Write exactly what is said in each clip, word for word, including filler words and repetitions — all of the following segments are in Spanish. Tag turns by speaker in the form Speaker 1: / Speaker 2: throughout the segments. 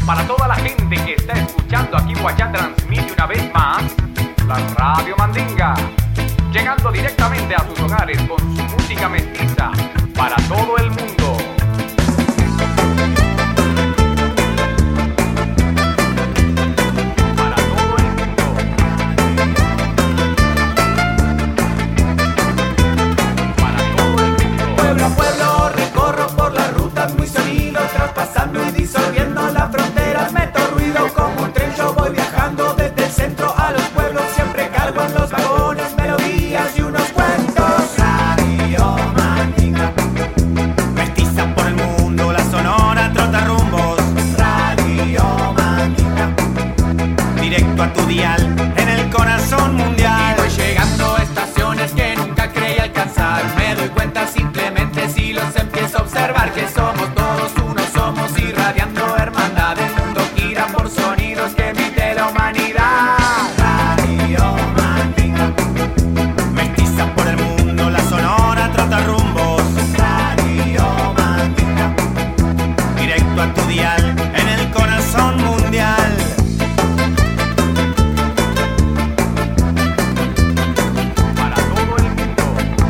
Speaker 1: Para toda la gente que está escuchando aquí, Guayá transmite una vez más la Radio Mandinga, llegando directamente a sus hogares con su música mestiza para todo el mundo. Para todo el mundo. Para todo el mundo.
Speaker 2: Pueblo a pueblo recorro por las rutas muy sonido, traspasando y disolviendo las fronteras, meto ruido como un tren, yo voy viajando desde el centro a los pueblos, siempre cargo en los vagones melodías y unos cuentos. Radio Mandinga,
Speaker 3: mestiza por el mundo, la sonora trota rumbos.
Speaker 2: Radio Mandinga,
Speaker 3: directo a tu dial, en el corazón mundial.
Speaker 2: y voy llegando a estaciones que nunca creí alcanzar, me doy cuenta simplemente si los empiezo a observar, que somos todos uno, somos irradiando hermandad, el mundo gira por sonidos que emite la humanidad. Radio Mandinga,
Speaker 3: Mestiza por el mundo, la sonora trota rumbos.
Speaker 2: Radio Mandinga,
Speaker 3: Directo a tu dial, en el corazón mundial.
Speaker 1: Para todo el mundo.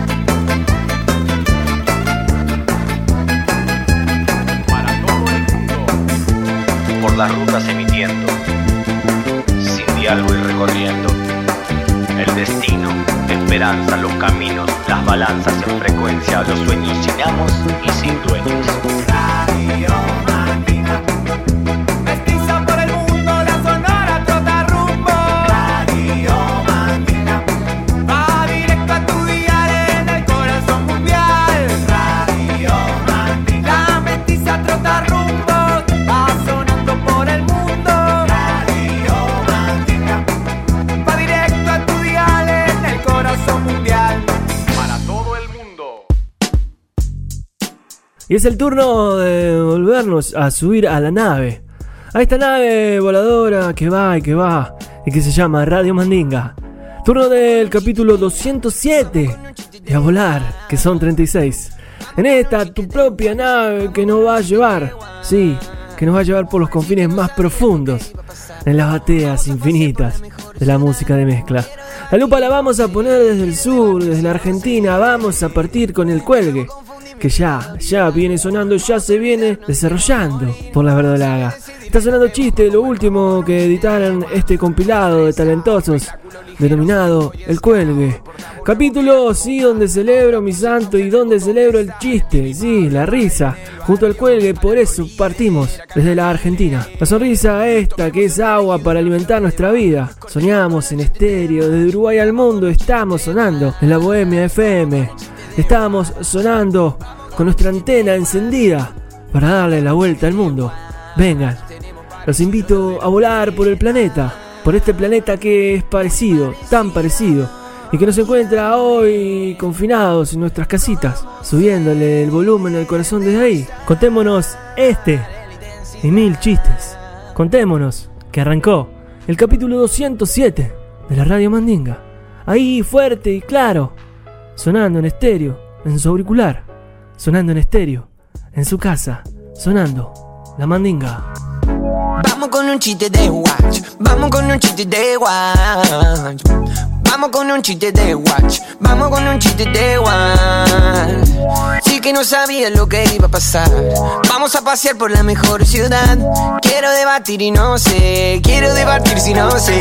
Speaker 1: Para todo el mundo.
Speaker 4: Por las rutas emitiendo, sin diálogo y recorriendo. El destino, esperanza, los caminos, las balanzas en frecuencia, los sueños sin amos y sin dueños.
Speaker 2: Radio Mandinga, mestiza por el mundo, la sonora trota rumbo. Radio Mandinga, va directo a tu dial en el corazón mundial. Radio Mandinga, la mestiza trota rumbo, va sonando por el mundo. Radio Mandinga, va directo a tu dial en el corazón mundial.
Speaker 1: Para todo el mundo.
Speaker 5: Y es el turno de volvernos a subir a la nave. A esta nave voladora que va y que va y que se llama Radio Mandinga. Turno del capítulo doscientos siete. Y a volar, que son treinta y seis. En esta, tu propia nave que nos va a llevar. Sí, que nos va a llevar por los confines más profundos. En las bateas infinitas de la música de mezcla. La lupa la vamos a poner desde el sur, desde la Argentina. Vamos a partir con el cuelgue, que ya, ya viene sonando, ya se viene desarrollando por la verdolaga. Está sonando Chiste, lo último que editaron este compilado de talentosos, denominado El Cuelgue. Capítulo, sí, donde celebro mi santo y donde celebro el chiste, sí, la risa, junto al cuelgue, por eso partimos desde la Argentina. La sonrisa esta que es agua para alimentar nuestra vida. Soñamos en estéreo, desde Uruguay al mundo estamos sonando en la Bohemia F M. Estamos sonando con nuestra antena encendida para darle la vuelta al mundo. Vengan, los invito a volar por el planeta, por este planeta que es parecido, tan parecido, y que nos encuentra hoy confinados en nuestras casitas, subiéndole el volumen al corazón desde ahí. Contémonos este y mil chistes. Contémonos que arrancó el capítulo doscientos siete de la Radio Mandinga. Ahí fuerte y claro, sonando en estéreo, en su auricular, sonando en estéreo, en su casa, sonando la Mandinga.
Speaker 6: Vamos con un chiste de watch, vamos con un chiste de watch. Vamos con un chiste de watch, vamos con un chiste de watch. Sí que no sabía lo que iba a pasar. Vamos a pasear por la mejor ciudad. Quiero debatir y no sé, quiero debatir si no sé.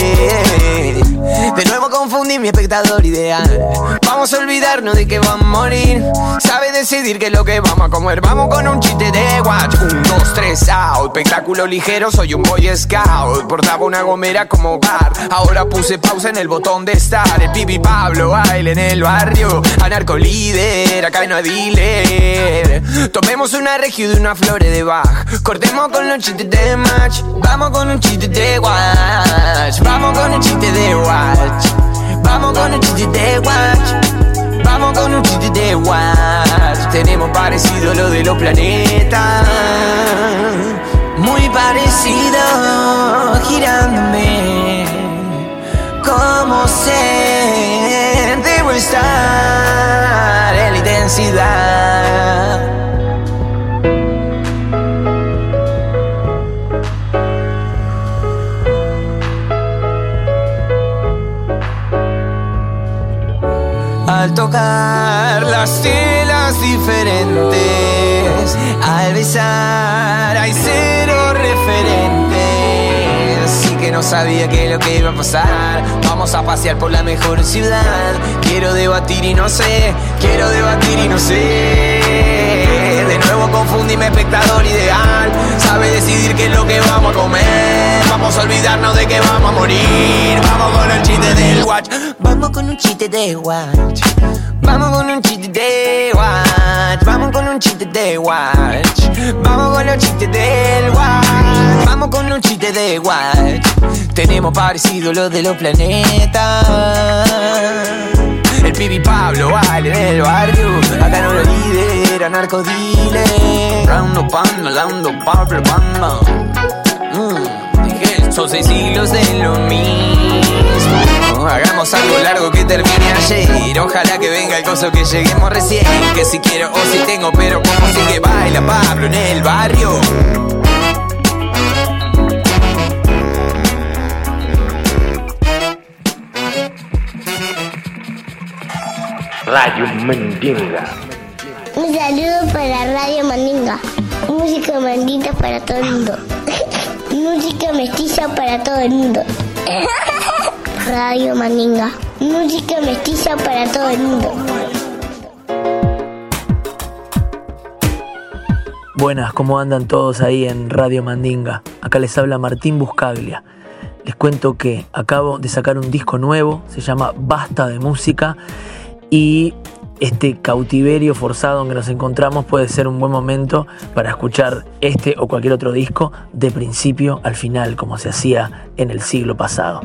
Speaker 6: De nuevo confundí mi espectador ideal. Vamos a olvidarnos de que vamos a morir. Sabe decidir qué es lo que vamos a comer. Vamos con un chiste de watch. Un, dos, tres, out. Espectáculo ligero, soy un boy scout. Portaba una gomera como bar. Ahora puse pausa en el botón de estar. El pipi Pablo baila en el barrio. Anarco líder, acá no hay dealer. Tomemos una regio de una flores de Bach. Cortemos con los chistes de match. Vamos con un chiste de watch. Vamos con un chiste de watch. Vamos con un chiste de watch. Vamos con un chiste de watch. Tenemos parecido lo de los planetas. Muy parecido, girándome. Como sé, debo estar en la intensidad. tocar las telas diferentes. Al besar hay cero referentes. Sí que no sabía qué es lo que iba a pasar. Vamos a pasear por la mejor ciudad. Quiero debatir y no sé. Quiero debatir y no sé. De nuevo confundime espectador ideal. Sabe decidir qué es lo que vamos a comer. Vamos a olvidarnos de que vamos a morir. Vamos con el chiste del watch. Vamos con un chiste de watch. Vamos con un chiste de watch. Vamos con un chiste de watch. Vamos con los chistes del watch. Vamos con un chiste de watch. Tenemos parecido lo de los planetas. El pibi Pablo baile en el barrio. Acá no lo lidera narcodile. Round panda, round Pablo panda. Mm, dije, son seis siglos de lo mismo. Hagamos algo largo que termine ayer. Ojalá que venga el coso que lleguemos recién. Que si quiero o si tengo, pero como si que baila Pablo en el barrio.
Speaker 4: Radio Mandinga.
Speaker 7: Un saludo para Radio Mandinga. Música mandita para todo el mundo. Música mestiza para todo el mundo. Radio Mandinga. Música mestiza para todo el mundo.
Speaker 5: Buenas, ¿cómo andan todos ahí en Radio Mandinga? Acá les habla Martín Buscaglia. Les cuento que acabo de sacar un disco nuevo, se llama Basta de Música, y este cautiverio forzado en que nos encontramos puede ser un buen momento para escuchar este o cualquier otro disco de principio al final, como se hacía en el siglo pasado.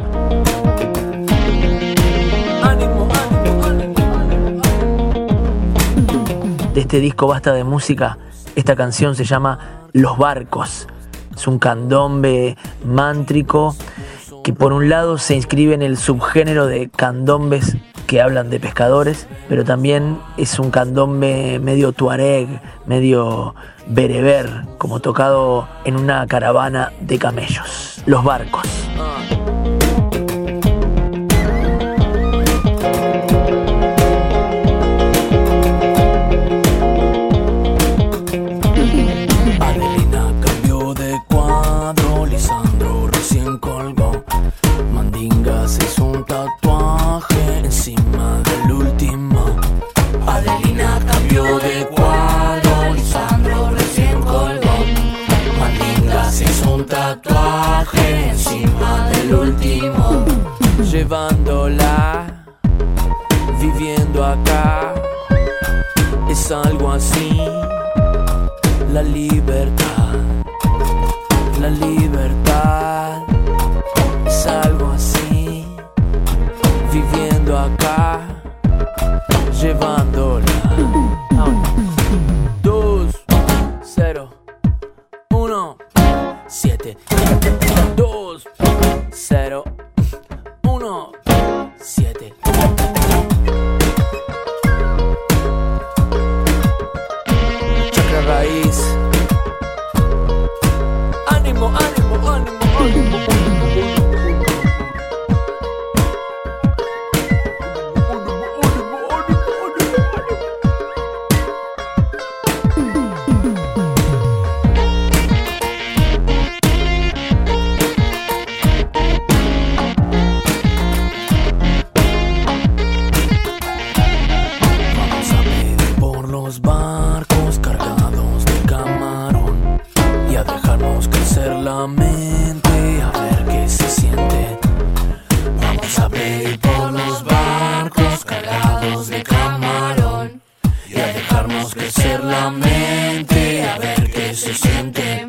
Speaker 5: De este disco Basta de Música, esta canción se llama Los Barcos. Es un candombe mántrico que por un lado se inscribe en el subgénero de candombes que hablan de pescadores, pero también es un candombe medio tuareg, medio bereber, como tocado en una caravana de camellos. Los Barcos.
Speaker 8: Adelina cambió de cuadro, Lisandro recién colgó. Mandinga se hizo un tatuaje encima del último. Adelina cambió de cuadro, Lisandro recién colgó. Mandinga se hizo un tatuaje encima del último. Llevándola, viviendo acá, es algo así. La libertad, la libertad, es algo así. Viviendo acá, llevándola. Dos, cero, uno, siete. Dos, cero, uno, siete. Chakra raíz. Ánimo, ánimo, ánimo, ánimo. La mente, a ver qué se siente. Vamos a ver por los barcos cargados de camarón y a dejarnos crecer la mente, a ver qué se siente.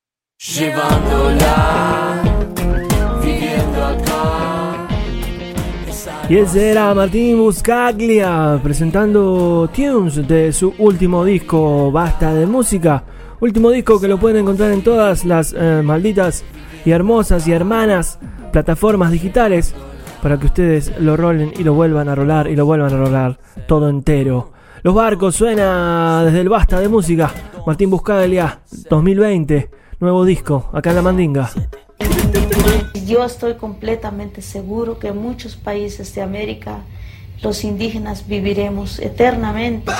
Speaker 8: Llevándola, viviendo acá.
Speaker 5: Y ese era Martín Buscaglia presentando tunes de su último disco Basta de Música. Último disco que lo pueden encontrar en todas las eh, malditas y hermosas y hermanas plataformas digitales para que ustedes lo rolen y lo vuelvan a rolar y lo vuelvan a rolar todo entero. Los Barcos suena desde el Basta de Música. Martín Buscaglia, dos mil veinte, nuevo disco acá en La Mandinga.
Speaker 9: Yo estoy completamente seguro que muchos países de América los indígenas viviremos eternamente.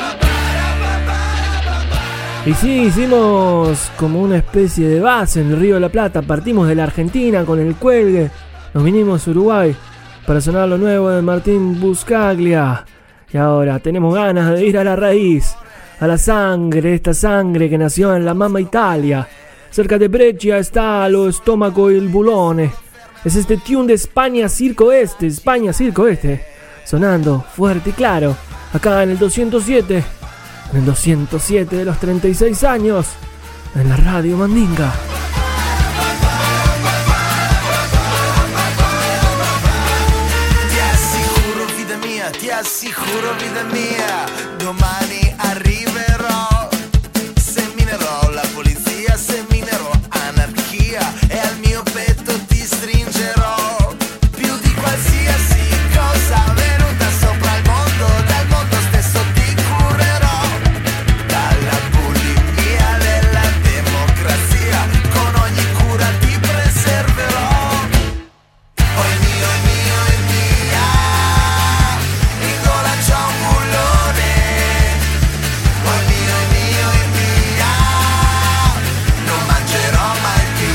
Speaker 5: Y sí, hicimos como una especie de base en el Río de la Plata. Partimos de la Argentina con el cuelgue, nos vinimos a Uruguay para sonar lo nuevo de Martín Buscaglia. Y ahora tenemos ganas de ir a la raíz, a la sangre, esta sangre que nació en la mamma Italia. Cerca de Breccia está lo stomaco y el bulone. Es este tune de España Circo Este, España Circo Este, sonando fuerte y claro, acá en el doscientos siete, en el doscientos siete de los treinta y seis años, en la Radio Mandinga.
Speaker 3: Ti assicuro, vita mia, ti assicuro, vita mia, domani arriverò, seminerò la polizia, seminerò anarchia e al mio petto ti stringerò, più di qualsiasi cosa venuta sopra il mondo, dal mondo stesso ti curerò, dalla bulimia della democrazia, con ogni cura ti preserverò. Oi mio, oi mio, oi mia, in gola c'ho un bullone. Oi mio, oi mio, oi mia, non mangerò mai più.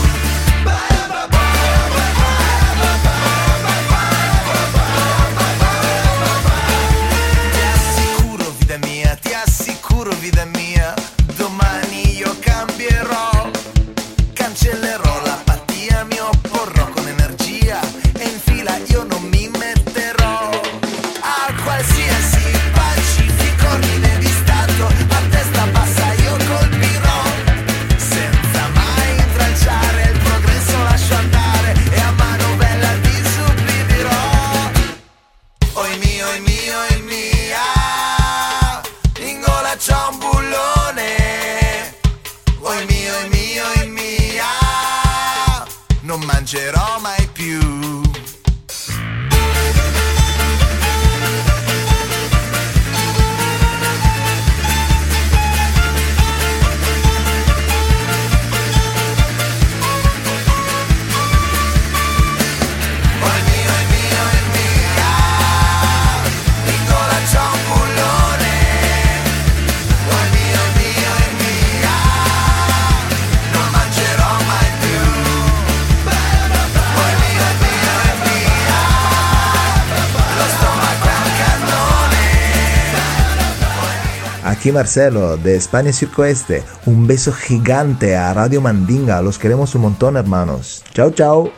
Speaker 3: Ti assicuro, vita mia, ti assicuro, vita mia, domani io cambierò, cancellerò l'apatia, mi opporrò con energia e in fila io non mi metterò a qualsiasi pacifico ordine di stato, a testa bassa io colpirò, senza mai intralciare il progresso lascio andare e a manovella disubbidirò. Oi mio, oi mio, oi mia, in gola c'ho un bullone. Oi mio, oi mio, oi mia, non mangerò mai più. Oi mio, oi mio, oi mia, in gola c'ho un bullone. Oi mio, oi mio, oi mia, non mangerò mai più. Oi mio, oi mio, oi mia, lo stomaco è un cannone.
Speaker 10: Aquí Marcelo de España Circo Este. Un beso gigante a Radio Mandinga. Los queremos un montón, hermanos. Chao, chao.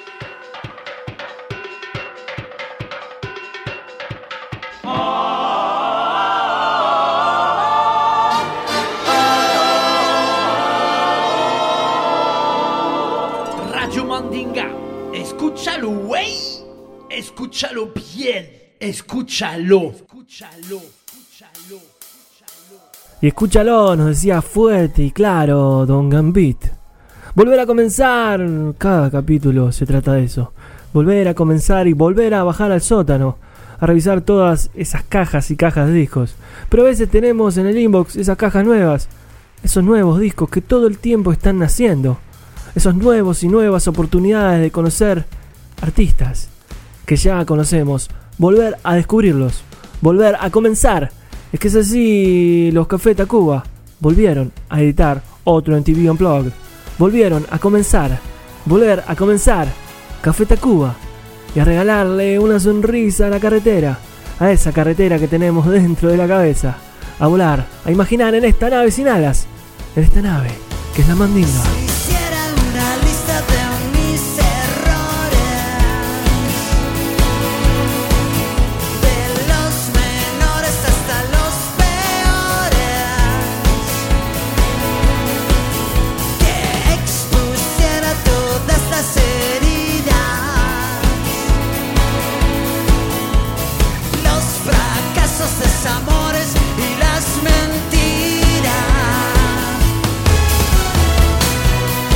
Speaker 11: Radio Mandinga, escúchalo, güey. Escúchalo bien. Escúchalo. Escúchalo. Escúchalo.
Speaker 5: Y escúchalo, nos decía fuerte y claro Don Gambit. Volver a comenzar, cada capítulo se trata de eso. Volver a comenzar y volver a bajar al sótano, a revisar todas esas cajas y cajas de discos. Pero a veces tenemos en el inbox esas cajas nuevas, esos nuevos discos que todo el tiempo están naciendo, esos nuevos y nuevas oportunidades de conocer artistas que ya conocemos, volver a descubrirlos, volver a comenzar. Es que es así, los Café Tacuba volvieron a editar otro M T V Unplugged, volvieron a comenzar, volver a comenzar Café Tacuba y a regalarle una sonrisa a la carretera, a esa carretera que tenemos dentro de la cabeza, a volar, a imaginar en esta nave sin alas, en esta nave que es la Mandinga.
Speaker 2: Hiciera una lista de mis errores, de los menores hasta los peores, que expusiera todas las heridas, los fracasos, desamores y las mentiras.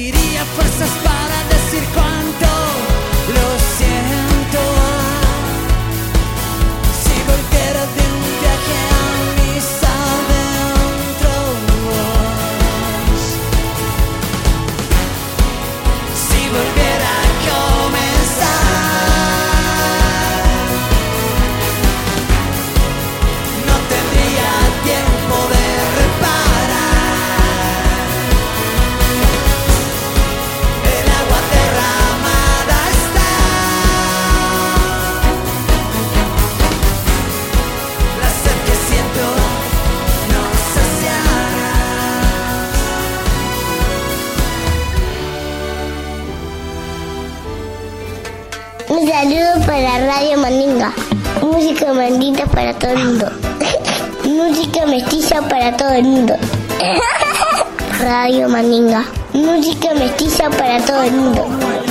Speaker 2: pediría fuerzas para decir cuánto lo siento. Si volviera de un viaje a mis adentros, si volviera a comenzar, no tendría tiempo de reparar el agua derramada está. La sed que siento no saciará.
Speaker 7: Un saludo para Radio Mandinga. Música mandita para todo el mundo. Música mestiza para todo el mundo. Radio Mandinga. Música mestiza para todo el mundo.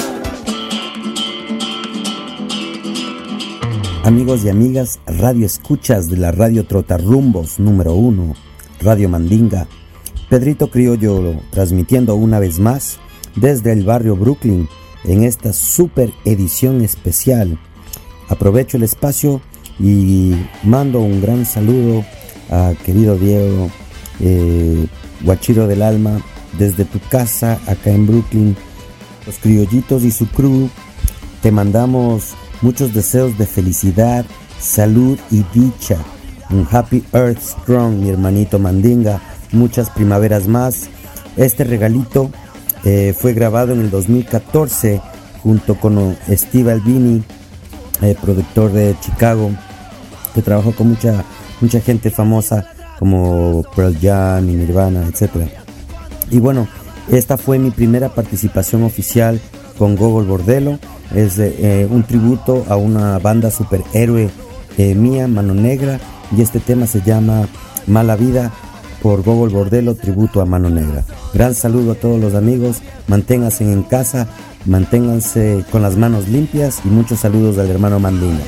Speaker 12: Amigos y amigas, radio escuchas de la radio Trotarrumbos número uno, Radio Mandinga. Pedrito Criollo transmitiendo una vez más desde el barrio Brooklyn en esta super edición especial. Aprovecho el espacio y mando un gran saludo a querido Diego, eh, Guachiro del Alma, desde tu casa acá en Brooklyn. Los criollitos y su crew, te mandamos muchos deseos de felicidad, salud y dicha. Un Happy Earth Strong, mi hermanito Mandinga. Muchas primaveras más. Este regalito eh, fue grabado en el dos mil catorce junto con Steve Albini, eh, productor de Chicago, que trabajó con mucha, mucha gente famosa como Pearl Jam y Nirvana, etcétera. Y bueno, esta fue mi primera participación oficial con Gogol Bordello. Es eh, un tributo a una banda superhéroe eh, mía, Mano Negra, y este tema se llama Mala Vida por Gogol Bordello, tributo a Mano Negra. Gran saludo a todos los amigos, manténganse en casa, manténganse con las manos limpias y muchos saludos al hermano Mandinga.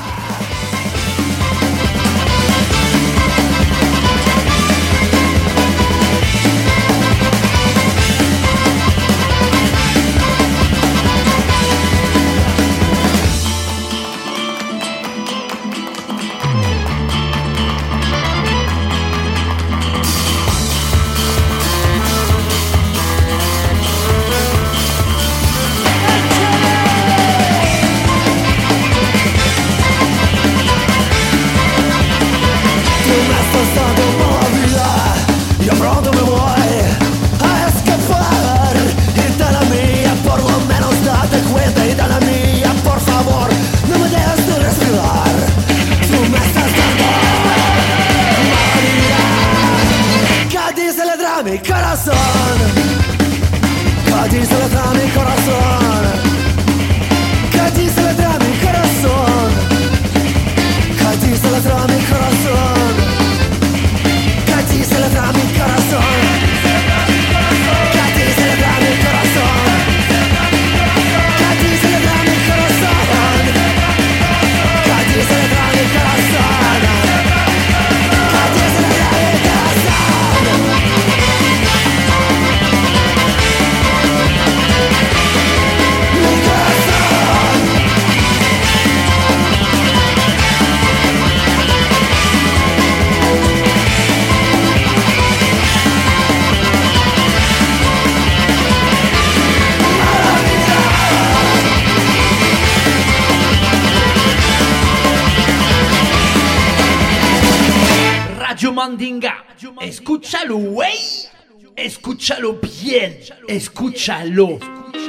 Speaker 11: Mandinga, escúchalo, güey, escúchalo bien, escúchalo.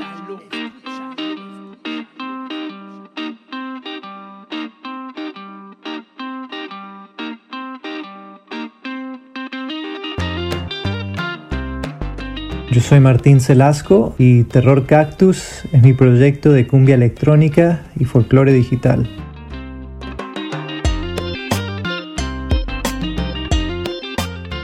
Speaker 13: Yo soy Martín Celasco y Terror Cactus es mi proyecto de cumbia electrónica y folclore digital.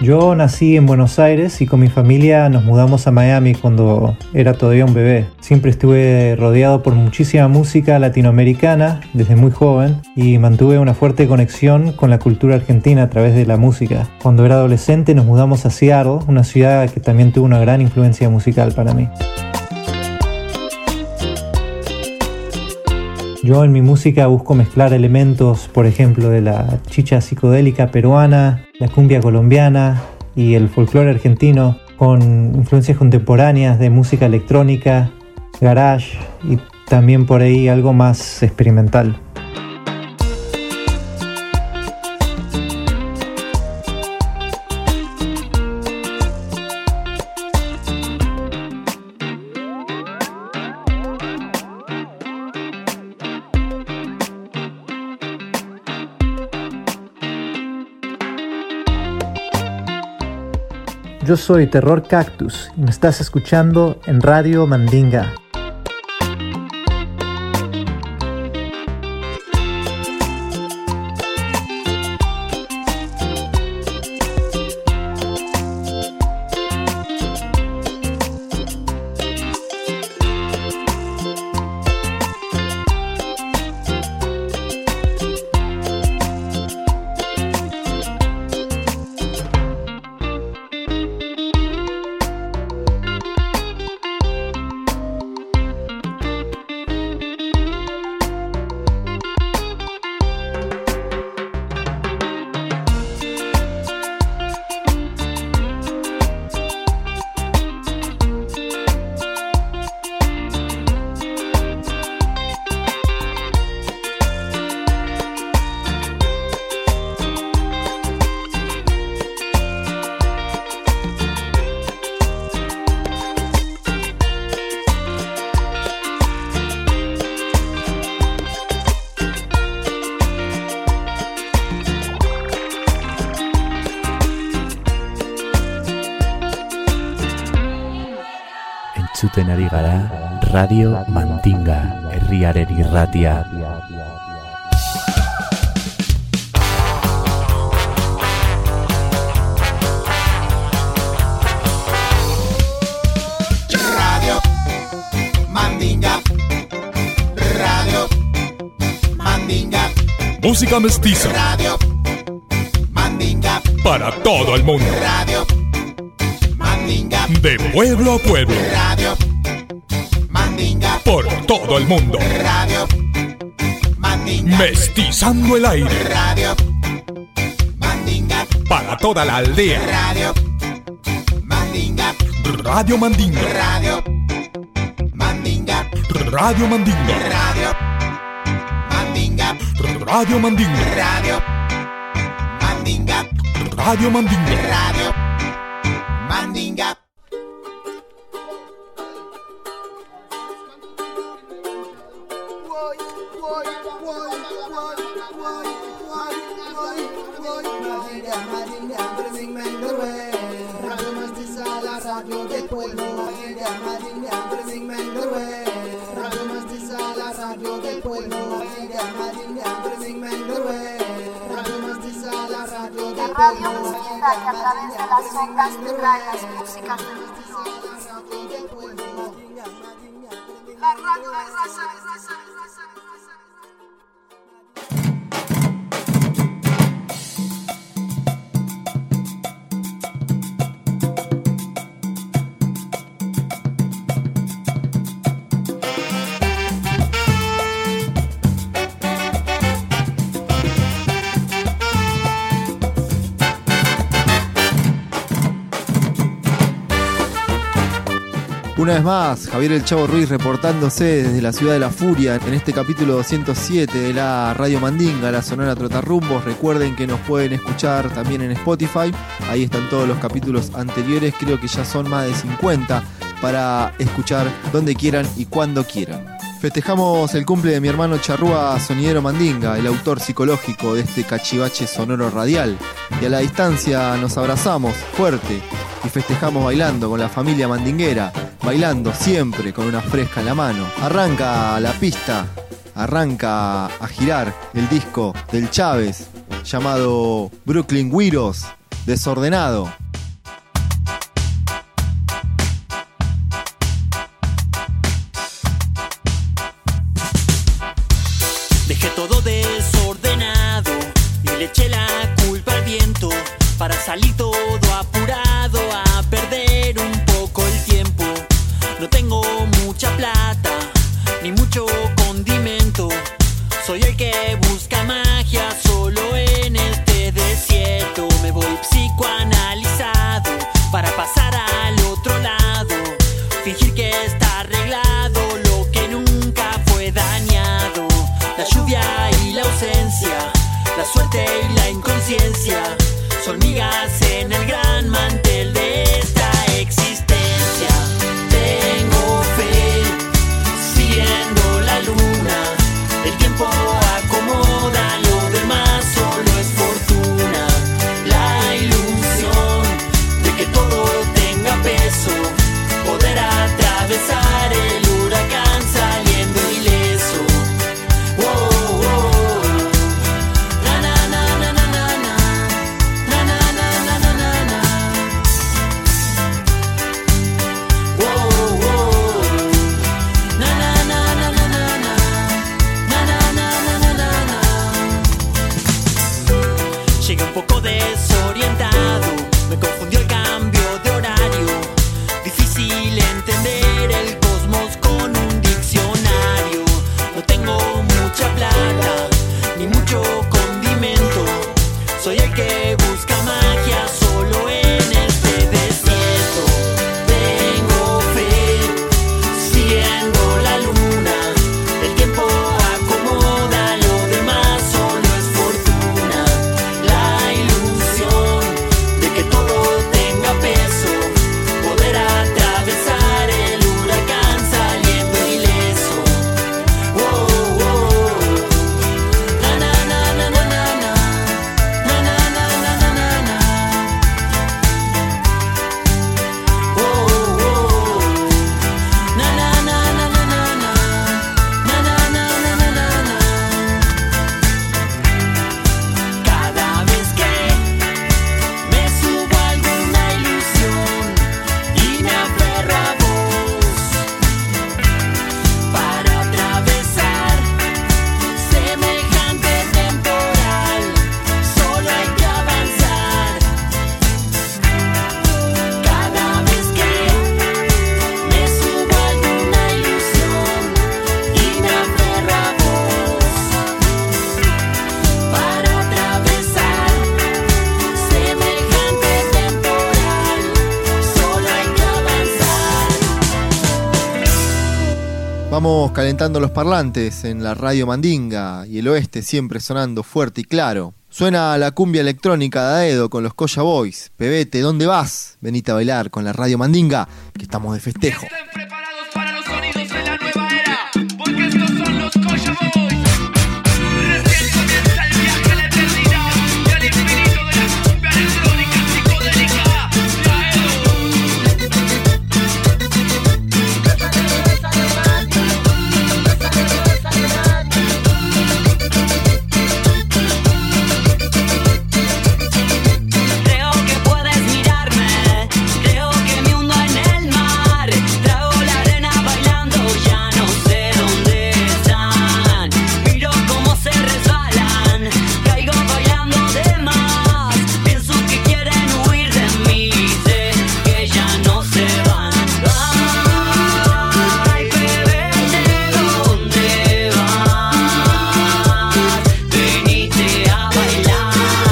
Speaker 13: Yo nací en Buenos Aires y con mi familia nos mudamos a Miami cuando era todavía un bebé. Siempre estuve rodeado por muchísima música latinoamericana desde muy joven y mantuve una fuerte conexión con la cultura argentina a través de la música. Cuando era adolescente nos mudamos a Seattle, una ciudad que también tuvo una gran influencia musical para mí. Yo en mi música busco mezclar elementos, por ejemplo, de la chicha psicodélica peruana, la cumbia colombiana y el folclore argentino, con influencias contemporáneas de música electrónica, garage y también por ahí algo más experimental. Yo soy Terror Cactus y me estás escuchando en Radio Mandinga.
Speaker 14: Entzuten ari gara Radio Mandinga, herriaren irratia.
Speaker 3: Radio Mandinga, Radio Mandinga.
Speaker 15: Música mestiza.
Speaker 3: Radio Mandinga.
Speaker 15: Para todo el mundo.
Speaker 3: Radio Mandinga.
Speaker 15: De pueblo a pueblo.
Speaker 3: Radio Mandinga.
Speaker 15: Por todo el mundo.
Speaker 3: Radio Mandinga.
Speaker 15: Mestizando el aire.
Speaker 3: Radio Mandinga.
Speaker 15: Para toda la aldea.
Speaker 3: Radio Mandinga.
Speaker 15: Radio Mandinga.
Speaker 3: Radio Mandinga.
Speaker 15: Radio Mandinga.
Speaker 3: Radio Mandinga.
Speaker 15: Radio Mandinga.
Speaker 3: Radio Mandinga.
Speaker 15: Radio Mandinga.
Speaker 3: Radio Mandinga.
Speaker 16: Radio Mandinga, que a través de las ondas te trae las músicas del mundo. La radio de raza, de raza, de raza.
Speaker 17: Una vez más, Javier El Chavo Ruiz reportándose desde la ciudad de la furia en este capítulo doscientos siete de la Radio Mandinga, la Sonora Trotarrumbos. Recuerden que nos pueden escuchar también en Spotify, ahí están todos los capítulos anteriores, creo que ya son más de cincuenta para escuchar donde quieran y cuando quieran. Festejamos el cumple de mi hermano Charrúa Sonidero Mandinga, el autor psicológico de este cachivache sonoro radial, y a la distancia nos abrazamos fuerte y festejamos bailando con la familia mandinguera, bailando siempre con una fresca en la mano. Arranca la pista, arranca a girar el disco del Chávez llamado Brooklyn Güiros, Desordenado.
Speaker 18: Dejé todo desordenado y le eché la culpa al viento para salir todo apurado a perder un poco el tiempo. No tengo mucha plata ni mucho condimento. Soy el que busca magia solo en este desierto. Me voy psicoanalizado para pasar al otro lado. Fingir que está arreglado lo que nunca fue dañado. La lluvia y la ausencia, la suerte y la inconsciencia son migas en el gran mantel de esta existencia. Tengo fe, siguiendo la luna. El tiempo acomoda, lo demás solo es fortuna. La ilusión de que todo tenga peso, poder atravesar el huracán saliendo ileso. Wow, wow. Na na na na na na na. Na na na na na na na. Wow, wow. Na na na na na na na. Na na na na na na na. Llegué un poco desorientado, me confundió el cambio de horario. Difícil entender el cosmos con un diccionario. No tengo mucha plata ni mucho condimento. Soy el que busca magia solo en este desierto. Tengo fe, siguiendo la luna. El tiempo acomoda, lo demás solo es fortuna. La ilusión de que todo tenga peso, poder atravesar el huracán saliendo ileso. Wow, wow. Na na na na na na na. Na na na na na na na. Wow, wow. Na na na na na na na. Na na na na na na na. Cada vez que me subo a alguna ilusión y me aferro a vos para atravesar semejante temporal, solo hay que avanzar. Cada vez que me subo a alguna ilusión y me aferro a vos para atravesar semejante temporal, solo hay que avanzar.
Speaker 17: Vamos calentando los parlantes en la radio Mandinga y el oeste siempre sonando fuerte y claro. Suena la cumbia electrónica de Aedo con los Colla Boys. Pebete, ¿dónde vas? Venite a bailar con la radio Mandinga, que estamos de festejo.
Speaker 2: Para los sonidos de la nueva era, porque estos son los Colla Boys. Recién comienza el viaje a la eternidad y al infinito de la cumbia electrónica psicodélica de Aedo. Creo que puedes mirarme, creo que me hundo en el mar. Trago la arena bailando, ya no sé dónde están. Miro cómo se resbalan, caigo bailando de más. Pienso que quieren huir de mí, sé que ya no se van. Ay, bebé, ¿dónde vas? Venite a bailar.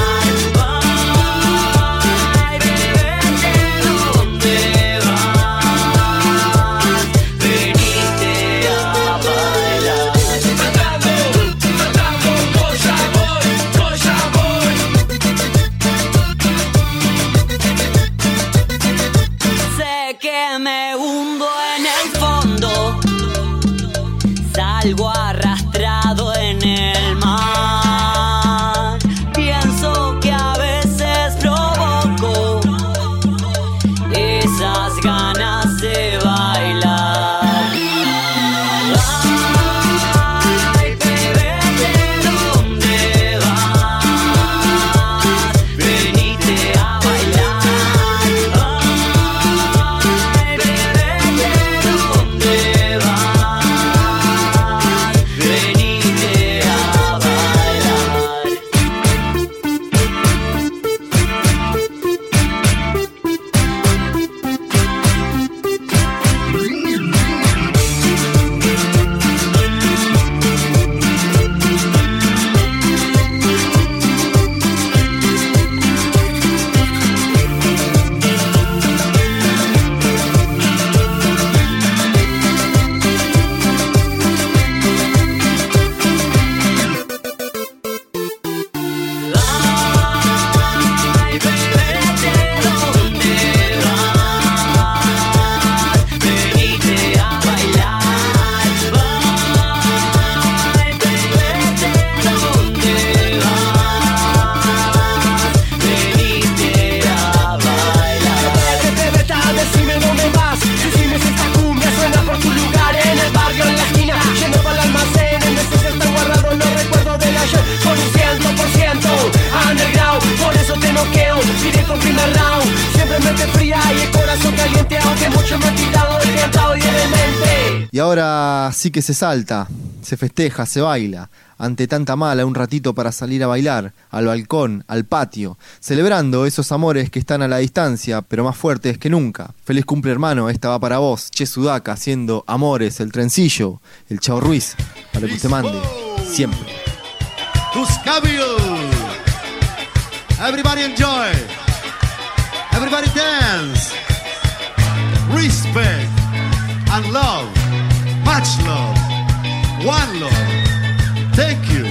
Speaker 2: Ay, bebé, ¿dónde vas? Venite a bailar. Saltando, saltando, Colla Boy, Colla Boy. Sé que me hundo en el fondo, salgo arrastrado en el mar. Pienso que a veces provoco esas ganas de bailar. Ay, bebé, ¿dónde vas? Venite a bailar. corazón caliente, aunque mucho me han tirado del cantado y de mente.
Speaker 17: Y ahora sí que se salta, se festeja, se baila. Ante tanta mala, un ratito para salir a bailar, al balcón, al patio, celebrando esos amores que están a la distancia, pero más fuertes que nunca. Feliz cumple, hermano, esta va para vos. Che Sudaca haciendo Amores, el trencillo, el Chao Ruiz, para que usted mande, siempre.
Speaker 19: Tus cabios. Everybody enjoy. Everybody dance. Respect and love. Much love. One love. Thank you.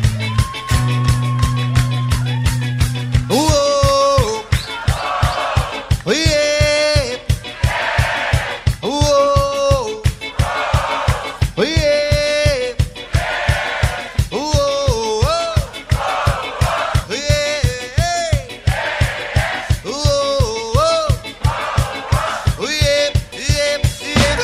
Speaker 19: Whoa. Oh, yeah. Whoa. Oh, yeah. Whoa. Oh, yeah. Whoa. Oh, yeah. Yeah. Yeah.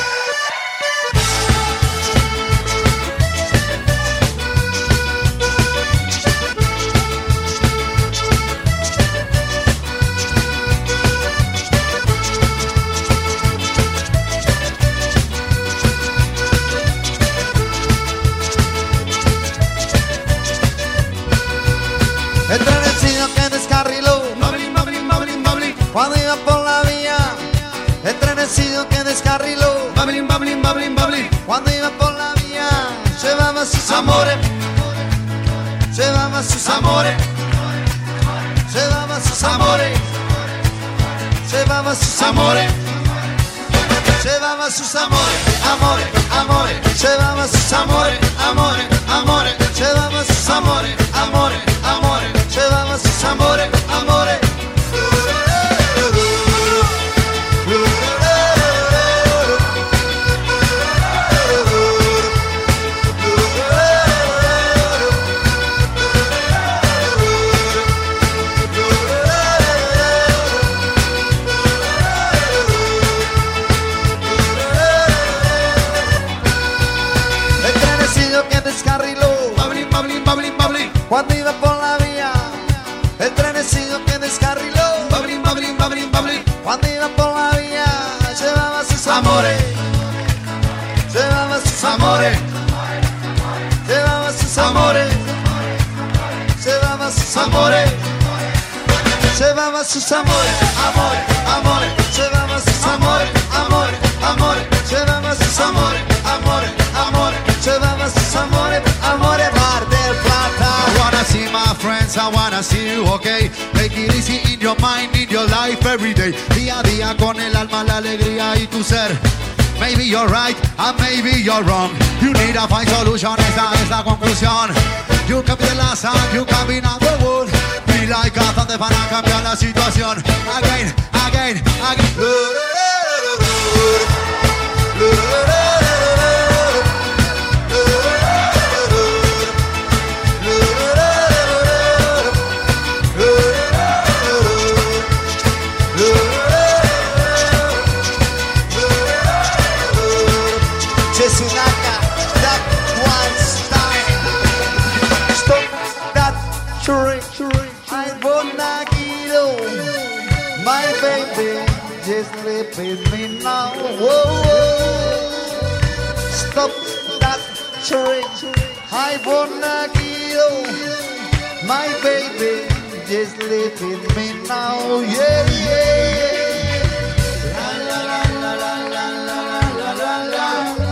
Speaker 3: El trenecillo que descarriló,
Speaker 19: Bubbly, bubbly, bubbly, bubbly.
Speaker 3: cuando iba por la vía. El trenecillo que descarriló,
Speaker 19: Bubbly, bubbly, bubbly, bubbly.
Speaker 3: cuando iba por la vía. Llevaba sus amores, llevaba sus amores, llevaba sus amores, llevaba sus amores, llevaba sus amores, amores, amores, llevaba sus amores, amores, amores, llevaba sus amores, amores, amores, llevaba sus amores, amores. El trenecillo que descarriló,
Speaker 19: Bubbly, bubbly, bubbly, bubbly.
Speaker 3: cuando iba por la vía. El trenecillo que descarriló,
Speaker 19: Bubbly, bubbly, bubbly, bubbly.
Speaker 3: cuando iba por la vía. Llevaba sus amores, llevaba sus amores, llevaba sus amores, llevaba sus amores, llevaba sus amores, amores, amores, llevaba sus amores, amores, amores, llevaba sus amores, amores, amores, llevaba sus amores, amores, Mar del Plata.
Speaker 19: I wanna see my friends, I wanna see you, okay. Take it easy in your mind, in your life every day. Día a día con el alma, la alegría y tu ser. Maybe you're right, and maybe you're wrong. You need to find solution, esa es la conclusión. You can be the last and you can be not the wood. Be like us, donde van a cambiar la situación. Again, again, again.
Speaker 3: Chesunaka, that one style. Stop that trick. I wanna get my baby, just sleep with me now. Whoa, whoa. Stop that trick. I wanna get my baby, just sleep with me now. Yeah, yeah. La la la la la la la la la la.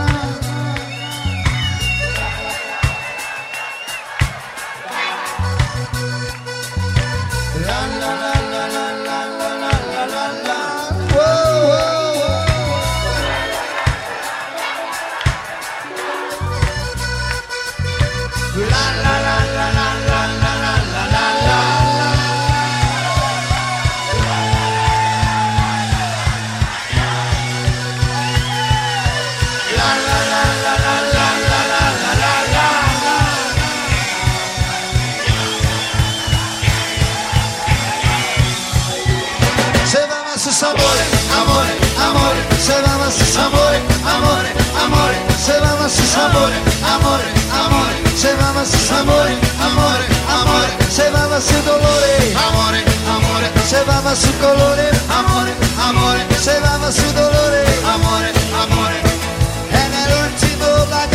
Speaker 3: Sus amores, amores, amores, se van a sus amores, amores, amores, se van a sus amores, amores, amores, se van a sus amores, amores, amores, se van a sus dolores,
Speaker 19: Amores, amores,
Speaker 3: se van a sus colores,
Speaker 19: amores, amores,
Speaker 3: se su dolore, amore, amore, è nell'ultimo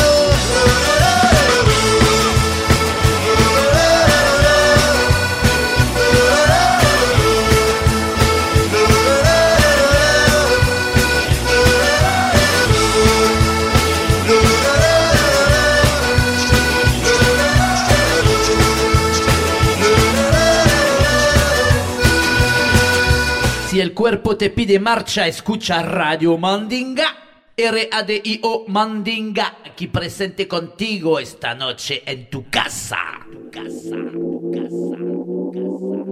Speaker 11: Si el cuerpo te pide marcha, escucha Radio Mandinga. R A D I O Mandinga, aquí presente contigo esta noche en tu casa. Tu casa, tu casa, tu casa.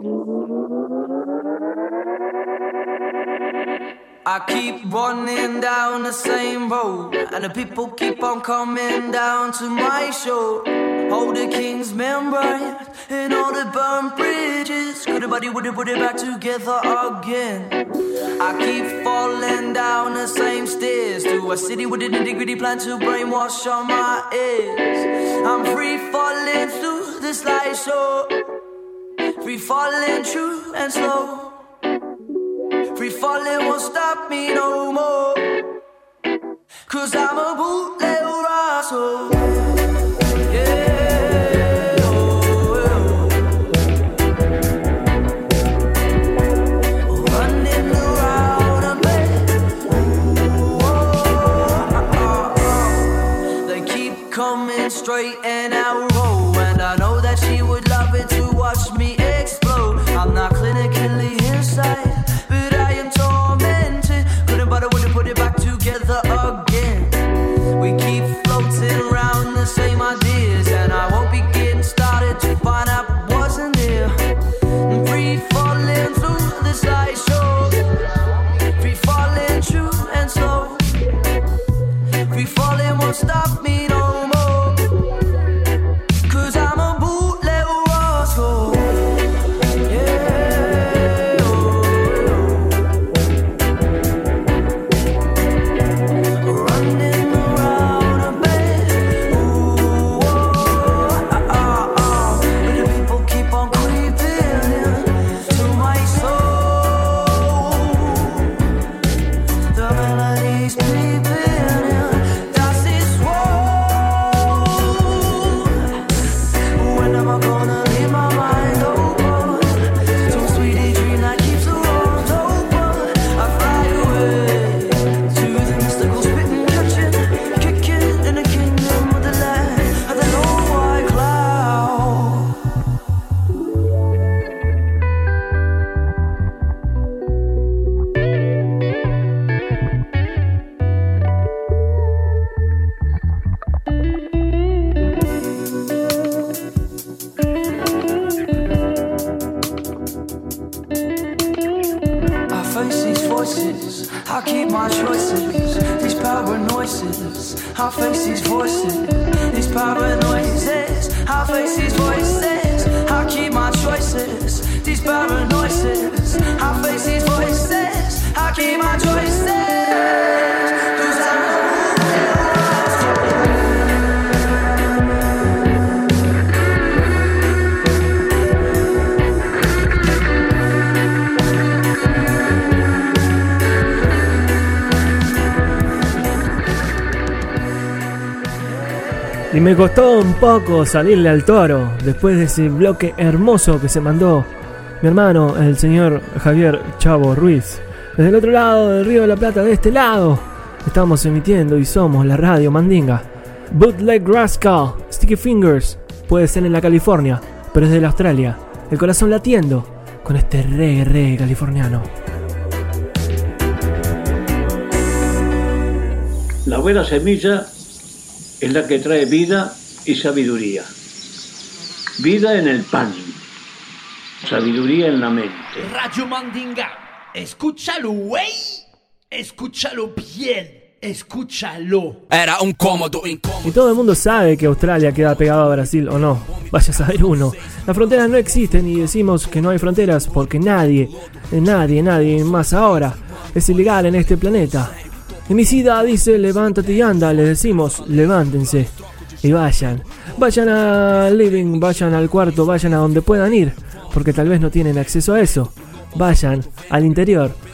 Speaker 2: I keep running down the same road, and the people keep on coming down to my show. Hold the king's memory and all the burned bridges. Could a body would it put it back together again? I keep falling down the same stairs to a city with an nitty-gritty plan to brainwash on my ears. I'm free falling through the slideshow, free falling true and slow. Free falling won't stop me no more, 'cause I'm a bootleg rascal. Yeah, oh, oh. Running around a bed. Ooh, oh, oh, oh. They keep coming straight and narrow, and I know that she would love it to watch me explode. I'm not clinically inside, but I am tormented. Couldn't bother when to put it back together again. We keep floating around the same ideas, and I won't be getting started to find out what wasn't there. Free falling through the slideshow, free falling true and slow. Free falling won't stop me no more, 'cause I'm a bootleg rascal. I keep my choices, these paranoises. I face these voices, these paranoises. I face these voices. I keep my choices, these paranoises. I face these voices. I keep my choices. 'Cause I'm
Speaker 5: Y me costó un poco salirle al toro después de ese bloque hermoso que se mandó mi hermano, el señor Javier Chavo Ruiz. Desde el otro lado del Río de la Plata, de este lado, estamos emitiendo y somos la Radio Mandinga. Bootleg Rascal, Sticky Fingers, puede ser en la California, pero es de la Australia. El corazón latiendo con este reggae, reggae californiano.
Speaker 20: La buena semilla es la que trae vida y sabiduría. Vida en el pan, sabiduría en la mente.
Speaker 11: Radio Mandinga, escúchalo, güey. Escúchalo bien, escúchalo.
Speaker 2: Era un cómodo incómodo.
Speaker 5: Y todo el mundo sabe que Australia queda pegado a Brasil, ¿o no? Vaya a saber uno. Las fronteras no existen y decimos que no hay fronteras porque nadie, nadie, nadie más ahora es ilegal en este planeta. Emicida dice levántate y anda, les decimos levántense y vayan. Vayan al living, vayan al cuarto, vayan a donde puedan ir, porque tal vez no tienen acceso a eso. Vayan al interior,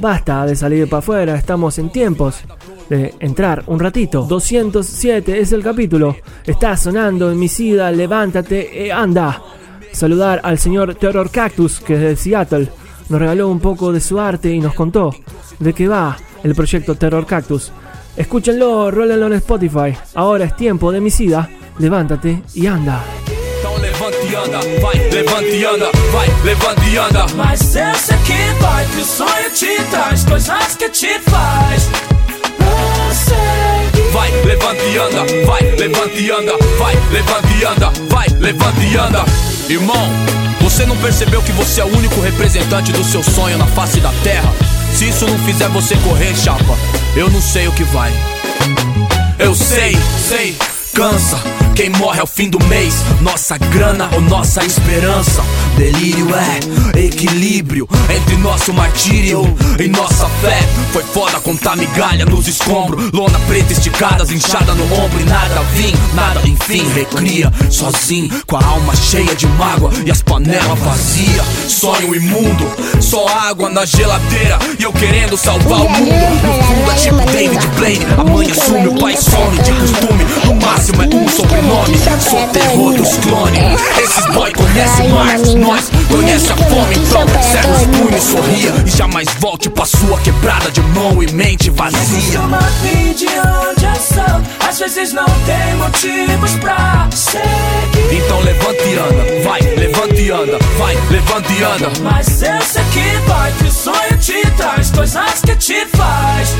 Speaker 5: basta de salir para afuera, estamos en tiempos de entrar un ratito. doscientos siete es el capítulo, está sonando Emicida, levántate, eh, anda. Saludar al señor Terror Cactus, que es de Seattle, nos regaló un poco de su arte y nos contó de qué va el proyecto Terror Cactus. Escúchenlo, rólenlo en Spotify. Ahora es tiempo de Emicida, levántate y anda.
Speaker 21: Levanta e anda, vai, levanta e anda, vai, levanta e anda. Mas eu sei que vai, que o sonho te traz coisas que te faz prosseguir. Vai, levanta e anda, vai, levanta e anda, vai, levanta e anda, vai, levanta e anda. Irmão, você não percebeu que você é o único representante do seu sonho na face da terra? Se isso não fizer você correr, chapa, eu não sei o que vai. Eu sei, sei, cansa. Quem morre é o fim do mês, nossa grana ou nossa esperança. Delírio é equilíbrio entre nosso martírio e nossa fé. Foi foda contar migalha nos escombros, lona preta esticada, inchada no ombro e nada vim, nada enfim. Recria sozinho, com a alma cheia de mágoa e as panelas vazias. Sonho imundo, só água na geladeira e eu querendo salvar o mundo. No fundo é tipo David Blaine, a mãe assume, o pai some de costume. No máximo é um sobrenome. Sou terror dos clones. Esses boy conhecem mais, nós conhece a fome. Então cerra os punhos, sorria e jamais volte pra sua quebrada de mão e mente vazia. Uma de onde eu sou, às vezes não tem motivos pra seguir. Então levanta e anda, vai, levanta e anda, vai, levanta e anda. Mas eu sei que vai, que o sonho te traz coisas que te faz.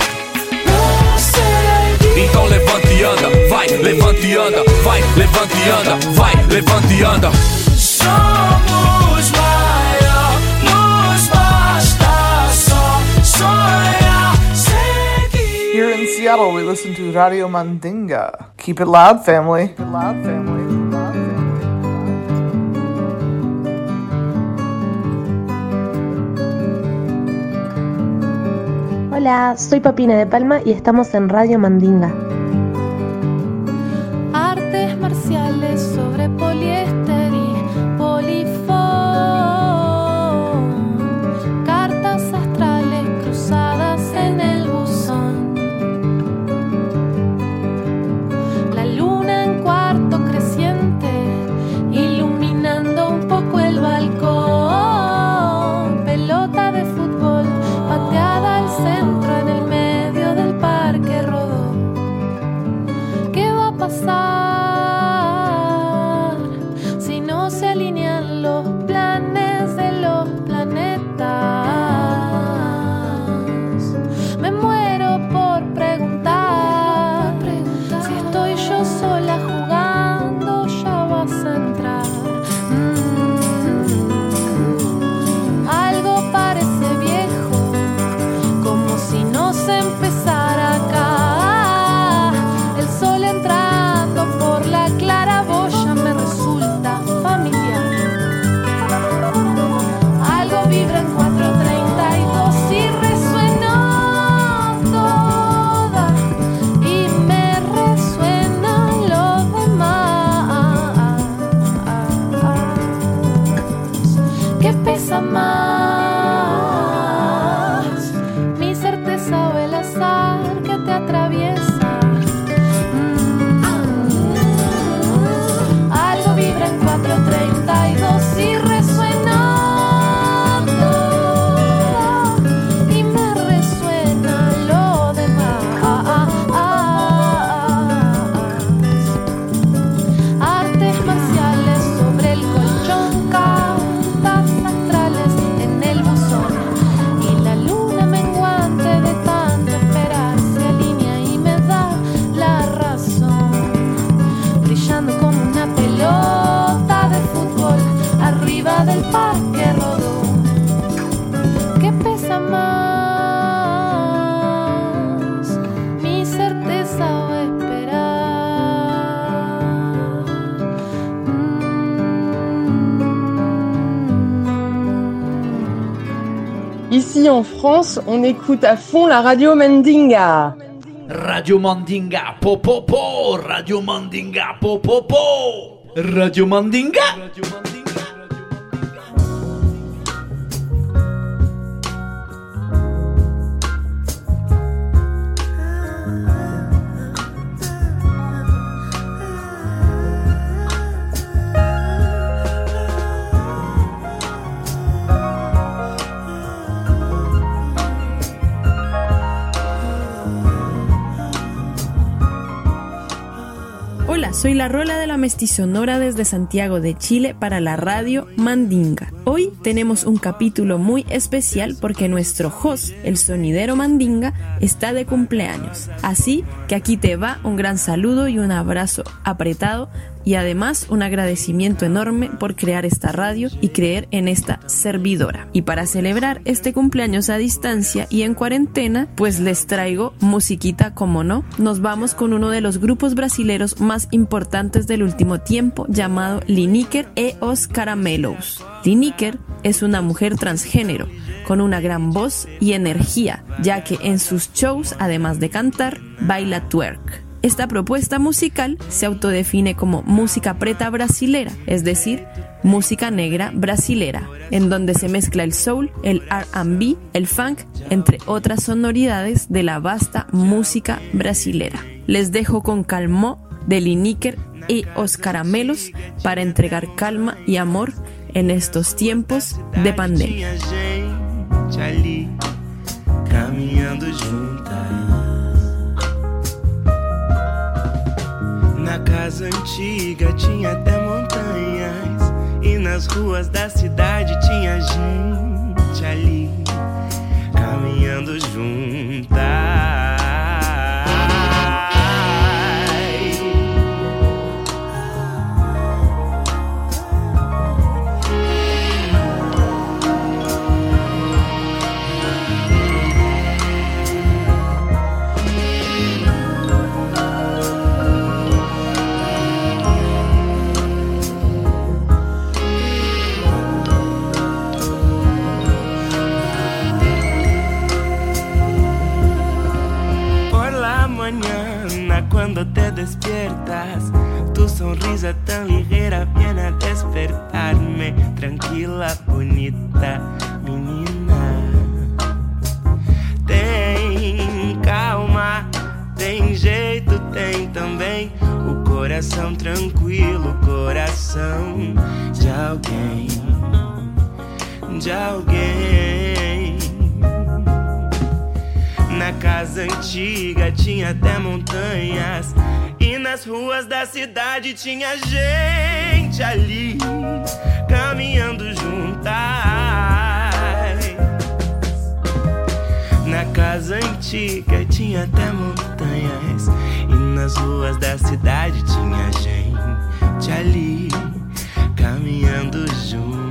Speaker 21: Então levanta e anda, vai, levanta e anda, vai, levanta e anda, vai, levanta e anda. Somos maior, nos basta só sonhar, seguir.
Speaker 22: Here in Seattle, we listen to Radio Mandinga. Keep it loud, family. Keep it loud, family.
Speaker 23: Hola, soy Papina de Palma y estamos en Radio Mandinga.
Speaker 24: Artes marciales sobre poliéster y polifón. Cartas astrales cruzadas en el buzón. La luna en cuarto creciente, iluminando un poco el balcón. Pelota de fútbol pateada al centro en el medio del parque rodó. ¿Qué va a pasar si no se alinean los planes de los planetas? Me muero por preguntar, si estoy yo sola jugando, ya vas a entrar. Mm. Algo parece viejo, como si no se empezara acá. El sol entrando por la claraboya me resulta familiar. Algo vibra en cuatro treinta y dos y resuena toda y me resuena lo demás. ¿Qué pesa más? Mi certeza o el azar que te atraviesa. Mm. Algo vibra en cuatro treinta y dos y resuena todo y me resuena lo demás. Artes marciales sobre el colchón, cartas astrales en el buzón. Y la luna menguante de tanto esperar se alinea y me da la razón. Brillando como una pelota de fútbol arriba del parque rodó. ¿Qué pesa más? Mi certeza o esperar.
Speaker 25: Ici en France, on écoute à fond la radio Mandinga.
Speaker 11: Radio Mandinga, po po po, Radio Mandinga, po po po, Radio Mandinga.
Speaker 1: Hola, soy la Rola de la Mestizonora desde Santiago de Chile para la Radio Mandinga. Hoy tenemos un capítulo muy especial porque nuestro host, el sonidero Mandinga, está de cumpleaños. Así que aquí te va un gran saludo y un abrazo apretado y además un agradecimiento enorme por crear esta radio y creer en esta servidora. Y para celebrar este cumpleaños a distancia y en cuarentena, pues les traigo musiquita, como no. Nos vamos con uno de los grupos brasileros más importantes del último tiempo, llamado Lineker e os Caramelos. Lineker es una mujer transgénero con una gran voz y energía, ya que en sus shows, además de cantar, baila twerk. Esta propuesta musical se autodefine como música preta brasilera, es decir, música negra brasilera, en donde se mezcla el soul, el R and B, el funk, entre otras sonoridades de la vasta música brasilera. Les dejo con Calmó de Lineker y os Caramelos para entregar calma y amor en estos tiempos de pandemia.
Speaker 4: Na casa antiga tinha até montanhas, e nas ruas da cidade tinha gente ali, caminhando juntas. Cuando te despiertas, tu sonrisa tan ligera viene a despertarme. Tranquila, bonita menina, tem calma, tem jeito, tem também o coração tranquilo, coração de alguém, de alguém. Na casa antiga tinha até montanhas, e nas ruas da cidade tinha gente ali, caminhando juntas. Na casa antiga tinha até montanhas, e nas ruas da cidade tinha gente ali, caminhando juntas.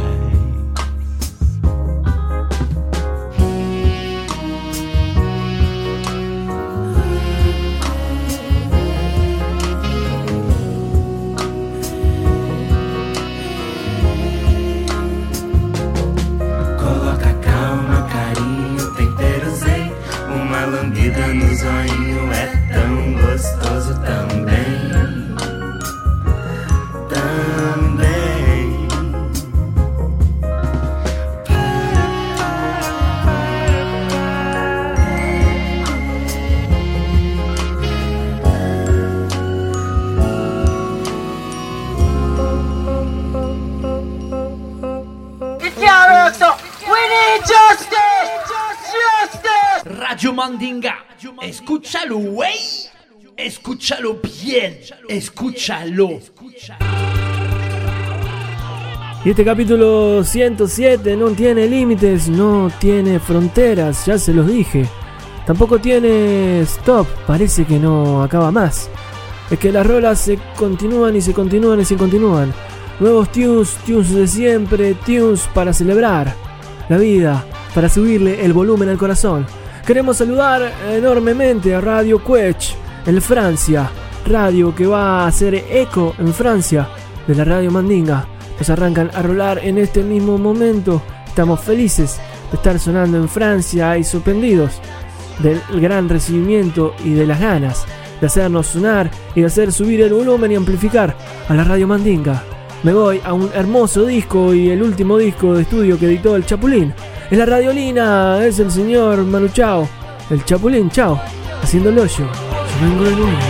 Speaker 4: No zoinho é tão gostoso também, também.
Speaker 2: We need justice! Justice!
Speaker 11: Radio Mandinga, escúchalo, güey. Escúchalo bien, escúchalo.
Speaker 5: Y este capítulo ciento siete no tiene límites, no tiene fronteras, ya se los dije. Tampoco tiene stop, parece que no acaba más. Es que las rolas se continúan y se continúan y se continúan. Nuevos tunes, tunes de siempre, tunes para celebrar la vida, para subirle el volumen al corazón. Queremos saludar enormemente a Radio Quech en Francia, radio que va a hacer eco en Francia de la Radio Mandinga. Nos arrancan a rolar en este mismo momento. Estamos felices de estar sonando en Francia y sorprendidos del gran recibimiento y de las ganas de hacernos sonar y de hacer subir el volumen y amplificar a la Radio Mandinga. Me voy a un hermoso disco y el último disco de estudio que editó el Chapulín. En la radiolina es el señor Manu Chao, el Chapulín Chao, haciendo el hoyo. Yo vengo del mundo.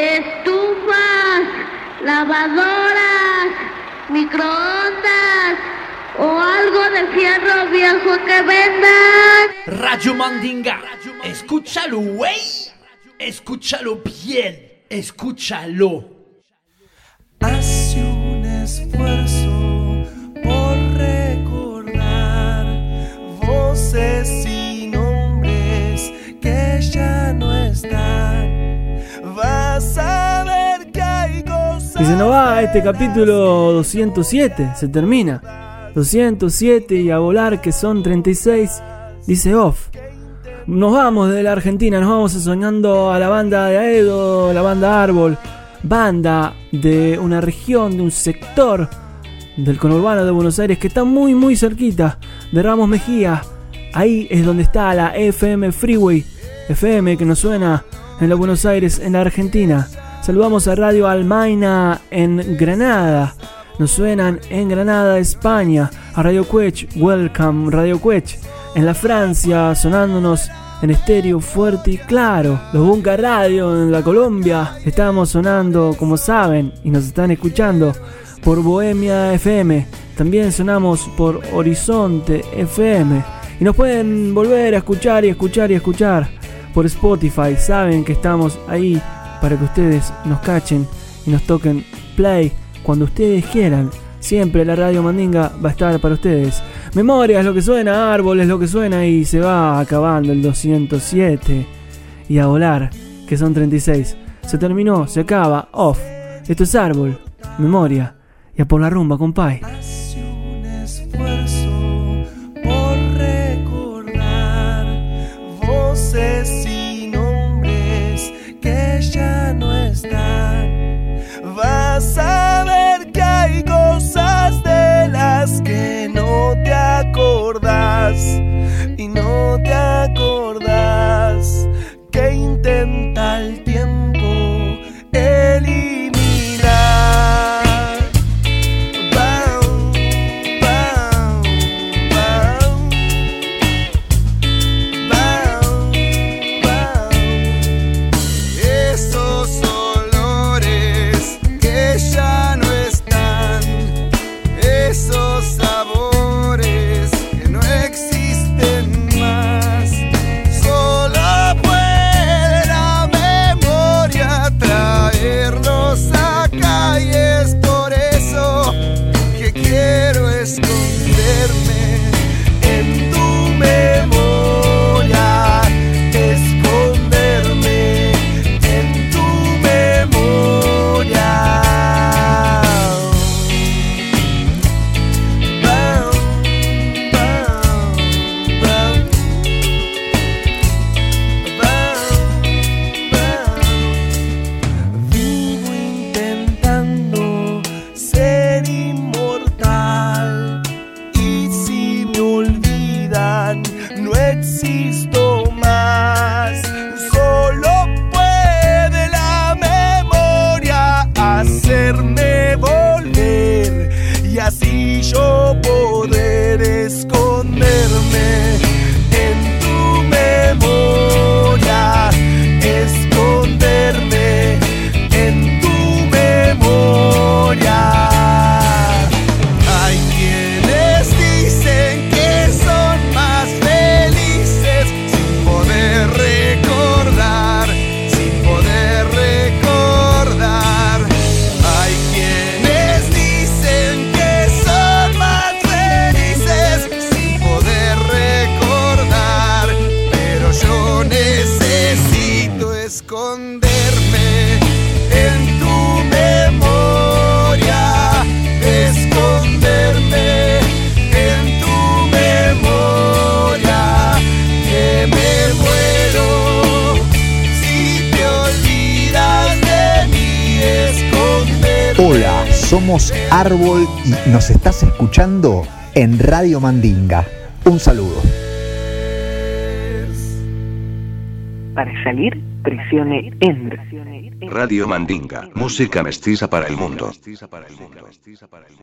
Speaker 6: estufas, lavadoras, microondas o algo de fierro viejo que vendan.
Speaker 11: Radio Mandinga, escúchalo, güey. Escúchalo bien, escúchalo.
Speaker 2: Hace un esfuerzo por recordar voces y nombres que ya no están. Vas a ver que hay cosas.
Speaker 5: Y se nos va este capítulo doscientos siete, se termina. doscientos siete y a volar, que son treinta y seis, dice Off. Nos vamos de la Argentina, nos vamos soñando a la banda de Aedo, la banda Árbol, banda de una región, de un sector del conurbano de Buenos Aires que está muy muy cerquita de Ramos Mejía. Ahí es donde está la F M Freeway, F M que nos suena en la Buenos Aires, en la Argentina. Saludamos a Radio Almaina en Granada, nos suenan en Granada, España, a Radio Quech, Welcome Radio Quech, en la Francia, sonándonos en estéreo fuerte y claro. Los Bunka Radio en la Colombia, estamos sonando, como saben, y nos están escuchando por Bohemia F M. También sonamos por Horizonte F M. Y nos pueden volver a escuchar y escuchar y escuchar por Spotify. Saben que estamos ahí para que ustedes nos cachen y nos toquen play cuando ustedes quieran. Siempre la Radio Mandinga va a estar para ustedes. Memoria es lo que suena, Árbol es lo que suena, y se va acabando el doscientos siete. Y a volar, que son treinta y seis. Se terminó, se acaba, Off. Esto es Árbol, Memoria, y a por la rumba, compay.
Speaker 2: Hace un esfuerzo por recordar voces y nombres que ya no están. Vas a ver que hay cosas de las que no te acordás y no te acordás, que intenta el tiempo eliminar. Bam, bam, bam, bam, bam. Esos olores que ya no están, esos sabores que no existen más. Solo puede la memoria traernos acá, y es por eso que quiero esconderme en tu memoria, esconderme en tu memoria. Vivo intentando ser inmortal, y si me olvidan no existo más. Solo puede la memoria hacerme volver, y así yo poder esconderme en tu memoria, esconderme en tu memoria. Hay quienes dicen que son más felices sin poder recordar, sin poder recordar. Hay quienes dicen que son más felices sin poder recordar, pero yo necesito esconderme en tu memoria, esconderme en tu memoria, que me muero si te olvidas de mí, esconderme.
Speaker 7: Hola, somos Árbol y nos estás escuchando en Radio Mandinga. Un saludo.
Speaker 8: Para salir, presione Enter.
Speaker 9: Radio Mandinga, música mestiza para el mundo.